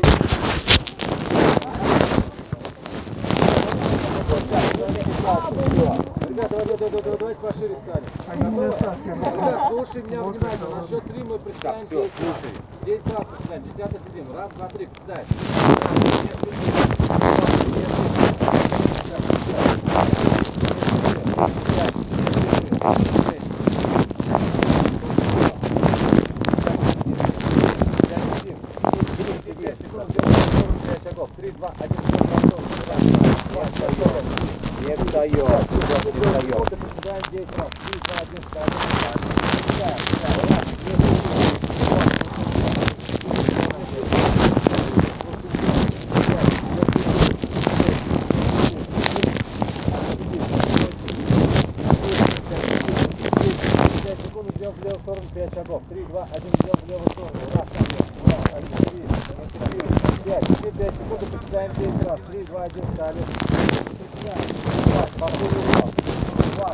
Ребята, давай, давай, давай, давайте пошире станем. Ребят, слушай меня внимательно. На счет три мы представим десять раз. десять раз представим, десятый сидим. Раз, два, три, представим. три, два, один, не встает, не встает. Приседаем десять раз. три, два, один, встаем. пять секунд идем в левую сторону, пять шагов. три, два, один, идем в левую сторону. Раз, два, один, три, четыре, пять. Теперь пять секунд приседаем десять раз. три, два, один, встали. Последний раз. Два,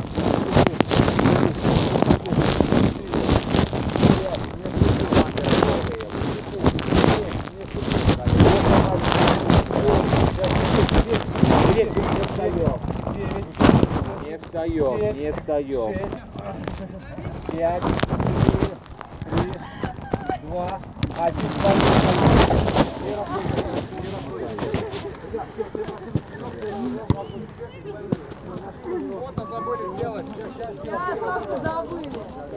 не встаем, не встаем. Пять, четыре, три, два, один. Вот забыли сделать. Да, папа, забыли.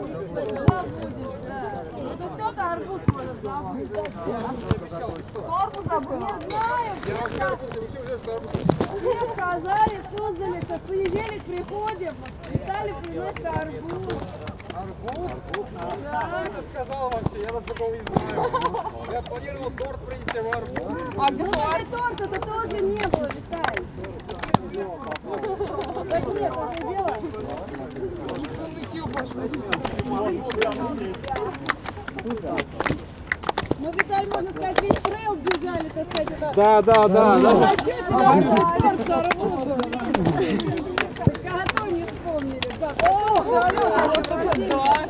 Тут кто-то арбуз может забыть. Корпус забыл. Не знаю. Мне сказали, создали, что в понедельник приходим, Виталий приносит арбуз. Арбуз? Да. Я сказал вообще, я вас такого не знаю. Я планировал торт принести в арбуз. А где торт? Это тоже не было, Виталий. Так нет, это дело. Ну, Виталий, можно сказать, весь трейл бежали, так сказать, это... Да, да, да, да. А что это сердце арбуза? Кого не вспомнили, да. О, да, да,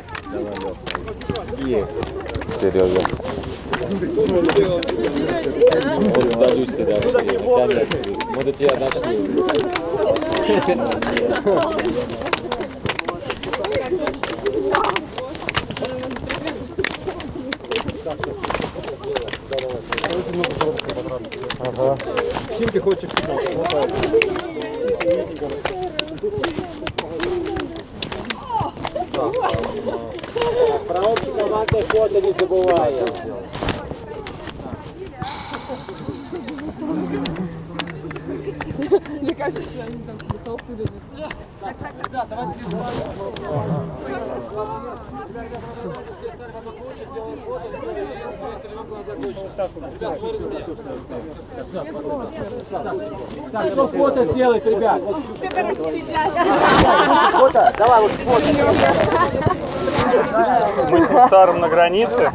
Есть, Сережа. Вот дождусь тебя, наконец-то. Мы до тебя дошли. Ага. Чем ты хочешь сюда? Про общекомандное фото не забываем. Мне кажется, они там толпу дадут. Так, так, ребят, давайте без Так, что фото сделать, ребят? Фото? Давай, вот фото. Мы с Мухтаром на границе.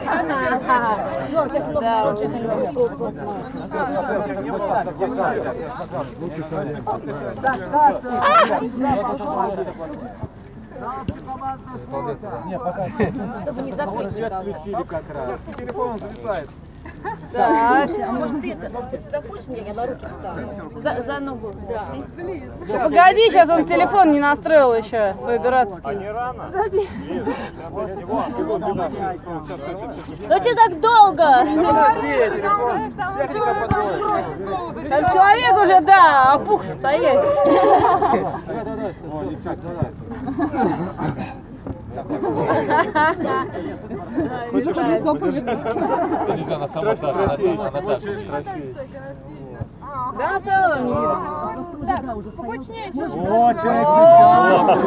Не, пока. Чтобы не закрыть никого. Телефон зависает. Так, а может ты это, ты сюда хочешь мне, я на руки встану? За, за ногу. Да. Погоди, сейчас он телефон не настроил еще, свой дурацкий. А не рано? Подожди. Ну Ну что так долго? подожди, телефон. Техника подводит. Там человек уже, да, опух стоять. Нельзя на самом деле, она даже. Да, в целом не видно. Покучнее, О, человек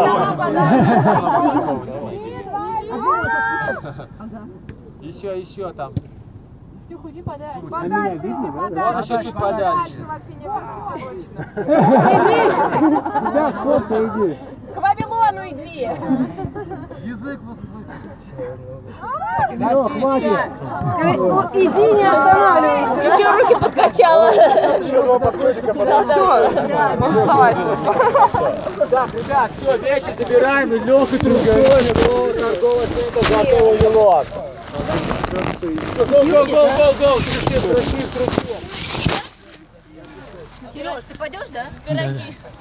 Еще, еще там. Ксюх, уйди подальше. Он еще чуть подальше. Вообще не видно. Да, фото иди. К Вавилону иди. Все, хватит. Иди, не останавливайся. Еще руки подкачала. Еще два подходика, потом Можно вставать. Так, ребят, все, вещи забираем и легкой трубой до торгового центра «Золотой елок». Go, go, go, go, go! Сереж, ты пойдешь, да? Пироги.